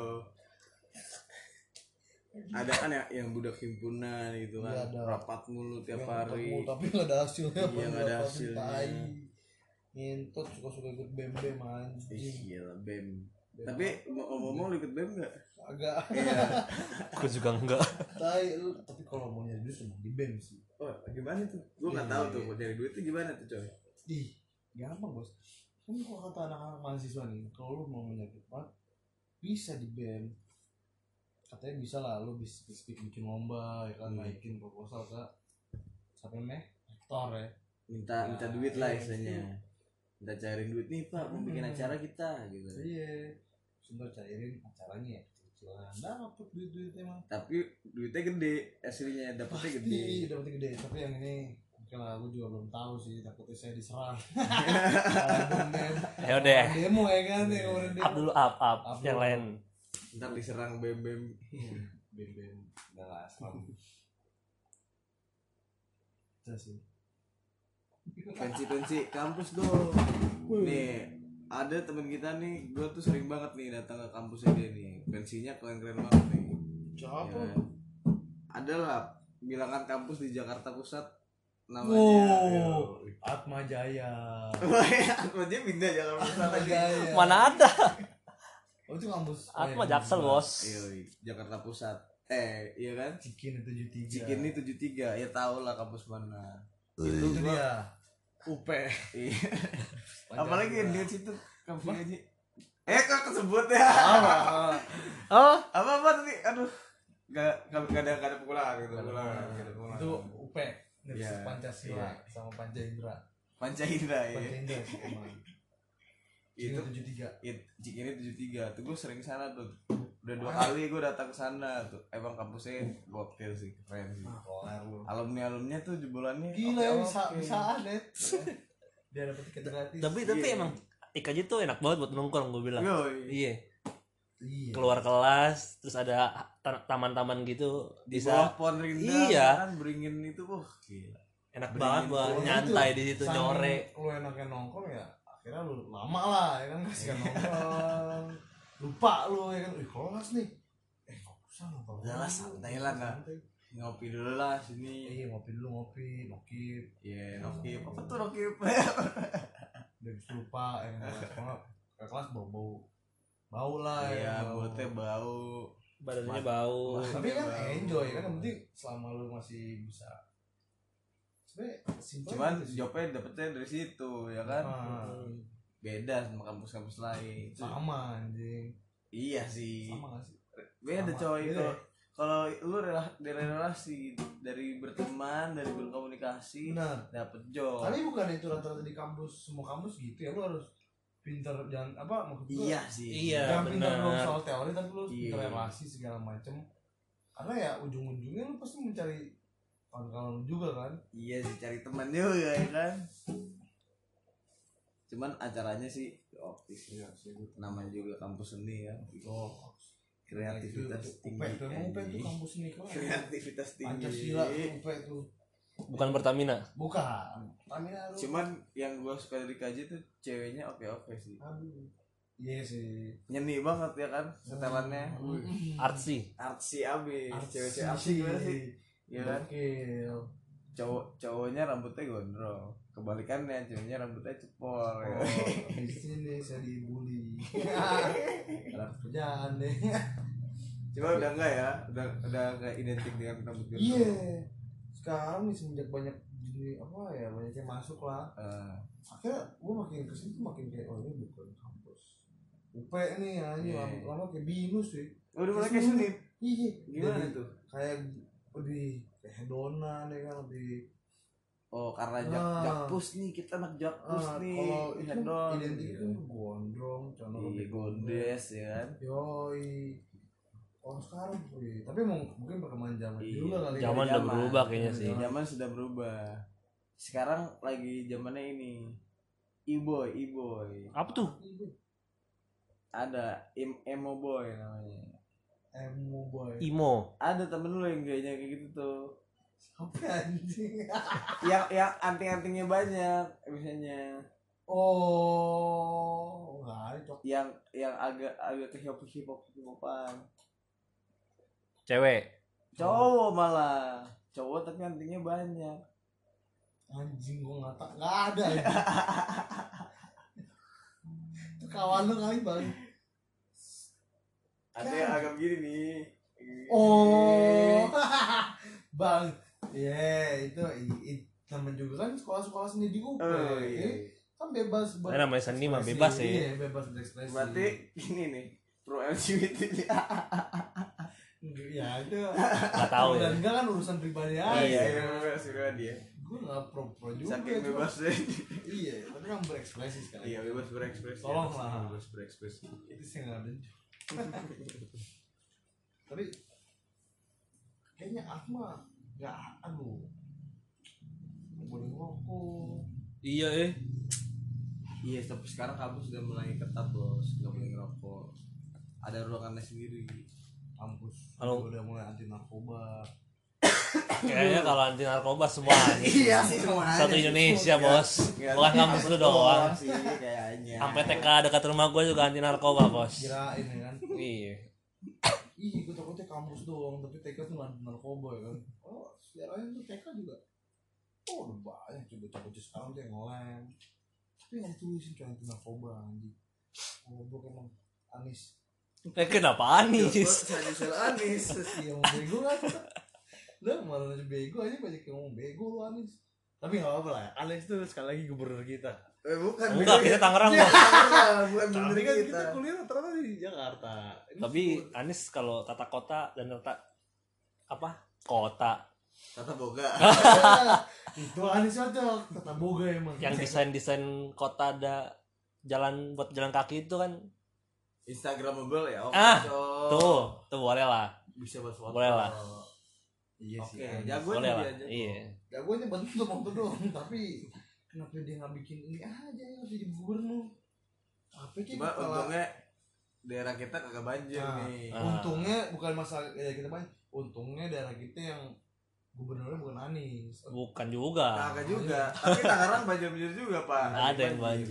[SPEAKER 3] Ada kan ya yang budak himpunan gitu kan, rapat mulu tiap hari.
[SPEAKER 1] Tapi nggak ada hasilnya.
[SPEAKER 3] Iya nggak ada hasilnya.
[SPEAKER 1] Ngentot suka ikut bem anjing.
[SPEAKER 3] Iya bem. Tapi ngomong ikut bem nggak?
[SPEAKER 1] Agak.
[SPEAKER 3] Iya.
[SPEAKER 2] Gue juga enggak.
[SPEAKER 1] Tapi kalau mau nyari duit emang di bem sih.
[SPEAKER 3] Oh gimana tuh? Gue nggak tahu tuh mau nyari duit tuh gimana tuh coy?
[SPEAKER 1] Ih gampang bos. Kan kalau kata anak-anak mahasiswa nih, kalau lu mau menyakit bisa di bem. Katanya bisa lah, lu bisa bikin lomba ya kan, naikin proposal ke siapa namanya rektor ya,
[SPEAKER 3] minta duit lah istilahnya, minta cairin duit nih pak, mau bikin acara kita gitu.
[SPEAKER 1] Iya, sebentar cairin acaranya ya kecilan, dapet duit emang. Tapi
[SPEAKER 3] duitnya gede, aslinya dapetnya gede.
[SPEAKER 1] Dapetnya gede, tapi yang ini mungkin lah, aku juga belum tahu sih, takutnya saya diserang.
[SPEAKER 2] Ya udah.
[SPEAKER 1] Demo ya kan, yang kemarin demo.
[SPEAKER 2] Up dulu yang lain.
[SPEAKER 3] Ntar diserang bem
[SPEAKER 1] nggak lah serem. Itu sih
[SPEAKER 3] pensi kampus dong. Nih ada teman kita nih, gue tuh sering banget nih datang ke kampusnya dia nih, pensinya keren banget nih.
[SPEAKER 1] Siapa?
[SPEAKER 3] Ya, ada lah bilangan kampus di Jakarta Pusat namanya.
[SPEAKER 1] Atma Jaya.
[SPEAKER 3] Atma Jaya pindah Jakarta Pusat aja.
[SPEAKER 2] Mana ada?
[SPEAKER 1] Oh itu kampus
[SPEAKER 2] Atma Jaksel bos.
[SPEAKER 3] Iya, Jakarta Pusat. Iya kan?
[SPEAKER 1] Cikini 73.
[SPEAKER 3] Cikini 73. Ya tau lah kampus mana.
[SPEAKER 1] Itu dia. UP.
[SPEAKER 3] Iya. Apalagi yang di situ kampusnya aja. Kok kesebut ya? Apa tadi? Aduh. Gak ada pukulan gitu.
[SPEAKER 2] Itu
[SPEAKER 1] UP. Universitas Pancasila sama
[SPEAKER 3] Pancaindra ya.
[SPEAKER 1] Itu
[SPEAKER 3] Cikini 73 tuh gue sering sana tuh, udah 2 kali gue datang ke sana tuh. Emang kampusnya gokil sih, keren sih. Alumni tuh jebolannya
[SPEAKER 1] gila, bisa ada dia dapat tiket gratis.
[SPEAKER 2] Tapi emang IKJ tuh enak banget buat nongkrong gue bilang. Iya. Keluar kelas terus ada taman-taman gitu
[SPEAKER 3] di
[SPEAKER 2] bisa
[SPEAKER 3] bawah pohon rindang kan, beringin itu gila.
[SPEAKER 2] Enak banget buat nyantai di situ, nyore.
[SPEAKER 1] Lu enaknya nongkrong ya akhirnya lu lama lah ya kan kasih nongkrong lupa lu ya kan kelas nih gak usah nongkrong
[SPEAKER 3] udah lah santai lah nggak ngopi dulu lah sini
[SPEAKER 1] ngopi dulu nokip
[SPEAKER 3] iya nokip apa tuh nokip
[SPEAKER 1] udah lupa ya kan ke kelas bau lah
[SPEAKER 3] iya mulutnya bau
[SPEAKER 2] badannya bau
[SPEAKER 1] tapi kan enjoy kan yang penting selama lu masih bisa
[SPEAKER 3] cuman jobnya dapetnya dari situ ya kan beda sama kampus-kampus lain
[SPEAKER 1] sama anjing
[SPEAKER 3] iya sih
[SPEAKER 1] sama gak sih
[SPEAKER 3] beda
[SPEAKER 1] sama,
[SPEAKER 3] coy
[SPEAKER 1] beda.
[SPEAKER 3] Kalau lu dari relasi dari berteman dari berkomunikasi dapet job
[SPEAKER 1] tapi bukan itu rata-rata di kampus semua kampus gitu ya lu harus pinter jangan apa maksud gue
[SPEAKER 3] iya sih
[SPEAKER 2] iya
[SPEAKER 1] jangan pinter dong
[SPEAKER 2] benar
[SPEAKER 1] soal teori tapi lu
[SPEAKER 3] Iya.
[SPEAKER 1] pinter relasi segala macem karena ya ujung-ujungnya lu pasti mencari kawan-kawan juga kan
[SPEAKER 3] iya sih cari teman juga ya kan cuman acaranya sih oke sih namanya juga kampus seni ya kreativitas tinggi
[SPEAKER 1] UP itu kampus nih kan
[SPEAKER 3] kreativitas tinggi
[SPEAKER 1] Pancasila UP itu
[SPEAKER 2] bukan Pertamina
[SPEAKER 1] bukan Pertamina
[SPEAKER 3] cuman yang gue suka dari KJ tuh ceweknya oke sih
[SPEAKER 1] aduh iya sih
[SPEAKER 3] nyeni banget ya kan setelannya
[SPEAKER 2] artsy
[SPEAKER 3] abis cewek-cewek artsy gimana sih ya kan cowoknya rambutnya gondrong kebalikannya ceweknya rambutnya cepol ya.
[SPEAKER 1] Di sini saya dibully anak kerjaan deh
[SPEAKER 3] cuma udah enggak ya udah enggak identik dengan rambut gondrong
[SPEAKER 1] iya sekarang nih semenjak banyak jenis apa ya banyak yang masuk lah akhirnya gue makin kesini tuh makin kayak oh ini bukan kampus UP nih ya ini lama kayak binus sih
[SPEAKER 3] udah mulai kayak sunit
[SPEAKER 1] iya
[SPEAKER 3] gimana
[SPEAKER 1] jadi,
[SPEAKER 3] tuh
[SPEAKER 1] kayak lebih kayak hedonan ya kan lebih
[SPEAKER 3] oh karena jakpus nih kita anak jakpus nih
[SPEAKER 1] kalau itu
[SPEAKER 3] hedon
[SPEAKER 1] identik itu gondrong celana
[SPEAKER 3] iya gondes ya kan
[SPEAKER 1] yoi oh sekarang tapi mungkin perkembangan zaman juga kali
[SPEAKER 2] zaman udah berubah kayaknya sih
[SPEAKER 3] zaman sudah berubah sekarang lagi zamannya ini e-boy
[SPEAKER 2] apa tuh
[SPEAKER 3] ada emo boy namanya
[SPEAKER 1] emo boy
[SPEAKER 2] imo
[SPEAKER 3] ada temen lu yang gayanya kayak gitu tuh
[SPEAKER 1] apa anjing
[SPEAKER 3] yang anting-antingnya banyak biasanya
[SPEAKER 1] oh nggak ada cok
[SPEAKER 3] yang agak ke hip-hopan
[SPEAKER 2] cewek
[SPEAKER 3] cowok malah cowok tapi antingnya banyak
[SPEAKER 1] anjing gua nggak ada ya. Itu kawan lu kali bang
[SPEAKER 3] ada yang agak begini nih
[SPEAKER 1] oh bang itu temen juga kan sekolah seni di UP kan bebas
[SPEAKER 2] namanya seni mah bebas sih
[SPEAKER 1] iya bebas berekspresi
[SPEAKER 3] berarti ini nih pro LGBT
[SPEAKER 1] ya itu
[SPEAKER 2] nggak tahu ya
[SPEAKER 1] enggak kan urusan pribadi aja
[SPEAKER 3] iya sudah dia
[SPEAKER 1] gue nggak pro juga
[SPEAKER 3] saking bebas deh
[SPEAKER 1] iya tapi kan berekspresi sekarang
[SPEAKER 3] iya bebas berekspresi
[SPEAKER 1] tolong lah
[SPEAKER 3] bebas berekspresi
[SPEAKER 1] itu sih nggak ada tapi kayaknya Ahmad nggak aduh boleh ngerokok
[SPEAKER 2] iya
[SPEAKER 3] iya tapi sekarang kampus sudah mulai ketat bos nggak boleh ngerokok ada ruangannya sendiri
[SPEAKER 1] kampus
[SPEAKER 2] Halo.
[SPEAKER 1] udah mulai anti narkoba
[SPEAKER 2] kayaknya kalau anti narkoba semua
[SPEAKER 3] iya sih semuanya
[SPEAKER 2] satu Indonesia bos bukan kampus lu doang
[SPEAKER 3] sih kayaknya
[SPEAKER 2] sampai TK dekat rumah gue juga anti narkoba bos
[SPEAKER 1] kirain ya kan
[SPEAKER 2] iya
[SPEAKER 1] gue takutnya kampus doang tapi TK tuh anti narkoba ya kan oh sejarahnya tuh TK juga oh udah banyak coba sekarang tuh yang ngelem tapi nggak ditulisin kayak anti narkoba anjing gue emang Anis
[SPEAKER 2] kenapa Anis
[SPEAKER 3] Sadisel Anis
[SPEAKER 1] iya mau bego kan lu malah aja bego aja banyak yang ngomong bego lu Anis tapi nggak apa-apa lah ya Anis tuh sekali lagi gubernur kita
[SPEAKER 3] bukan
[SPEAKER 2] enggak kita Tangerang bos
[SPEAKER 3] bukan bener
[SPEAKER 1] tapi kan
[SPEAKER 3] kita
[SPEAKER 1] kita kuliah rata-rata di Jakarta
[SPEAKER 2] tapi Anis kalau tata kota dan tata apa kota
[SPEAKER 3] Tata Boga
[SPEAKER 1] itu Anis cocok tata boga emang
[SPEAKER 2] yang desain kota ada jalan buat jalan kaki itu kan
[SPEAKER 3] Instagramable ya
[SPEAKER 2] tuh boleh lah
[SPEAKER 1] bisa buat foto
[SPEAKER 2] boleh lah
[SPEAKER 1] iya sih
[SPEAKER 3] oke jago
[SPEAKER 2] boleh lah
[SPEAKER 3] aja
[SPEAKER 2] iya
[SPEAKER 1] jagonya bantu doang tapi kenapa dia nggak bikin ini aja yang jadi gubernur apa sih
[SPEAKER 3] cuma untungnya daerah kita kagak banjir nih
[SPEAKER 1] untungnya bukan masalah ya kita banjir untungnya daerah kita yang gubernurnya bukan Anies
[SPEAKER 2] bukan juga
[SPEAKER 3] kagak juga tapi Tangerang banjir juga pak
[SPEAKER 2] ada yang banjir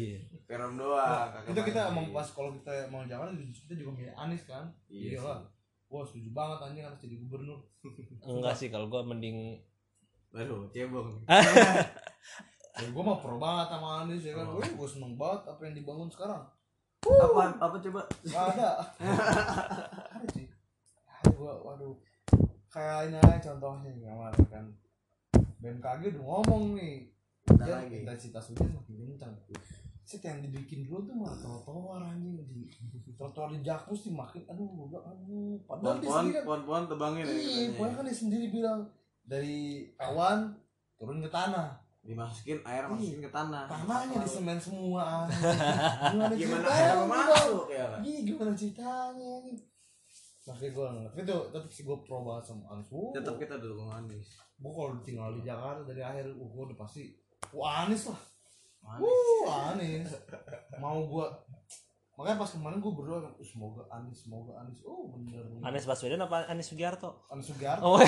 [SPEAKER 3] Peron doang.
[SPEAKER 1] Itu kita emang pas kalau kita mau jangan kita juga milih Anies kan. Iya lah. Wah setuju banget anjing harus jadi gubernur.
[SPEAKER 2] Enggak sih kalau gue mending
[SPEAKER 3] baru cebong.
[SPEAKER 1] Ya gue mah pro banget sama Anies ya kan. Gue seneng banget apa yang dibangun sekarang.
[SPEAKER 3] Apa coba?
[SPEAKER 1] Gak ada. Ada sih. Gue waduh. Kayak ini aja contohnya kemarin kan. BMKG udah ngomong nih. Intensitas hujan makin kencang. Set yang dibikin dulu tuh malah trotoar anjing di trotoar di Jakpus sih makin aduh padahal dia sendiri kan
[SPEAKER 3] pohon tebangin
[SPEAKER 1] iya pohon kan dia sendiri bilang dari awan turun ke tanah
[SPEAKER 3] dimasukin air masukin ke tanah
[SPEAKER 1] tanahnya di semen semua
[SPEAKER 3] gimana air masuk ya
[SPEAKER 1] gimana ceritanya makanya gue ngerti itu tetap sih gue pro banget sama Anies
[SPEAKER 3] tetap kita dukung Anies
[SPEAKER 1] gue kalau tinggal di Jakarta dari akhir gue udah pasti Anies lah Anies mau gua makanya pas kemarin gua berdoa semoga Anies bener
[SPEAKER 2] Anies Baswedan apa Anies Sugiarto?
[SPEAKER 1] Anies Sugiarto
[SPEAKER 2] Oh,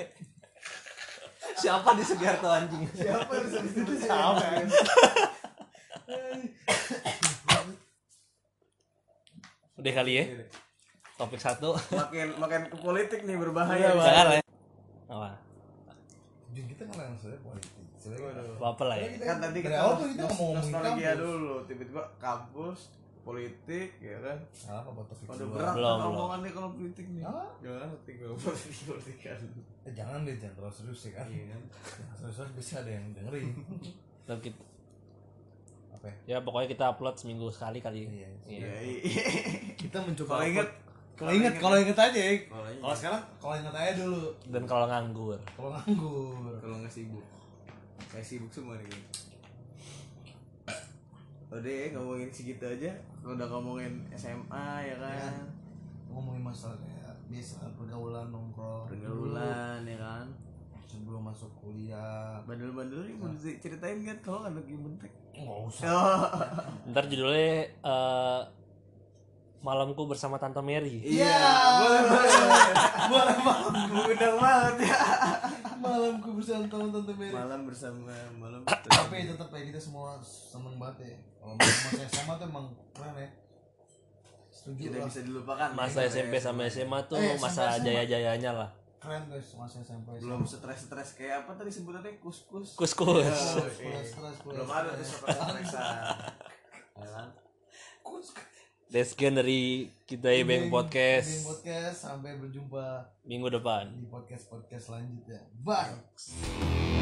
[SPEAKER 2] siapa di Sugiarto anjing?
[SPEAKER 1] siapa ya?
[SPEAKER 2] Udah kali ya topik 1
[SPEAKER 3] makin ke politik nih berbahaya
[SPEAKER 2] jangan lah ya. Apa?
[SPEAKER 1] Kita kan langsung politik
[SPEAKER 2] Apa lah ya
[SPEAKER 3] kan tadi kita nostalgia dulu tiba-tiba kampus politik ya kan
[SPEAKER 1] apa topik
[SPEAKER 3] udah berat
[SPEAKER 2] belum
[SPEAKER 3] omongannya kalau politik nih jangan tinggal politik kan
[SPEAKER 1] jangan deh jangan terlalu serius ya kan iya kan serius bisa ada yang dengerin apa
[SPEAKER 2] ya pokoknya kita upload seminggu sekali kali
[SPEAKER 1] iya.
[SPEAKER 3] Kita
[SPEAKER 1] mencoba kalau inget aja ya kalau sekarang kalau inget aja dulu
[SPEAKER 2] dan kalau nganggur
[SPEAKER 3] kalau nggak sibuk kayak sibuk semua nih udah ngomongin segitu aja udah ngomongin SMA ya kan
[SPEAKER 1] ngomongin masalah kayak biasa pergaulan nongkrong
[SPEAKER 3] ya kan
[SPEAKER 1] sebelum masuk kuliah
[SPEAKER 3] bandel-bandel ini mau diceritain kan kalau anak Bentek
[SPEAKER 1] nggak usah
[SPEAKER 2] ntar judulnya Malamku bersama Tante Mary.
[SPEAKER 1] Iya, boleh
[SPEAKER 3] mengundang banget ya.
[SPEAKER 1] Malamku bersama Tante Mary.
[SPEAKER 3] Malam.
[SPEAKER 1] Tapi tetap ya kita semua seneng banget ya. Kalau masa SMA tuh emang keren ya. Setuju
[SPEAKER 3] tidak
[SPEAKER 1] lah.
[SPEAKER 3] bisa dilupakan.
[SPEAKER 2] Masa SMP sama SMA tuh masa jaya-jayanya lah.
[SPEAKER 1] Keren guys masa SMP.
[SPEAKER 3] Belum stres kayak apa tadi sebutannya kus-kus. Belum ada tuh stres-stresan. Ya kan?
[SPEAKER 2] Sekian dari kita Beng Podcast.
[SPEAKER 1] Sampai berjumpa
[SPEAKER 2] minggu depan
[SPEAKER 1] di podcast selanjutnya. Bye.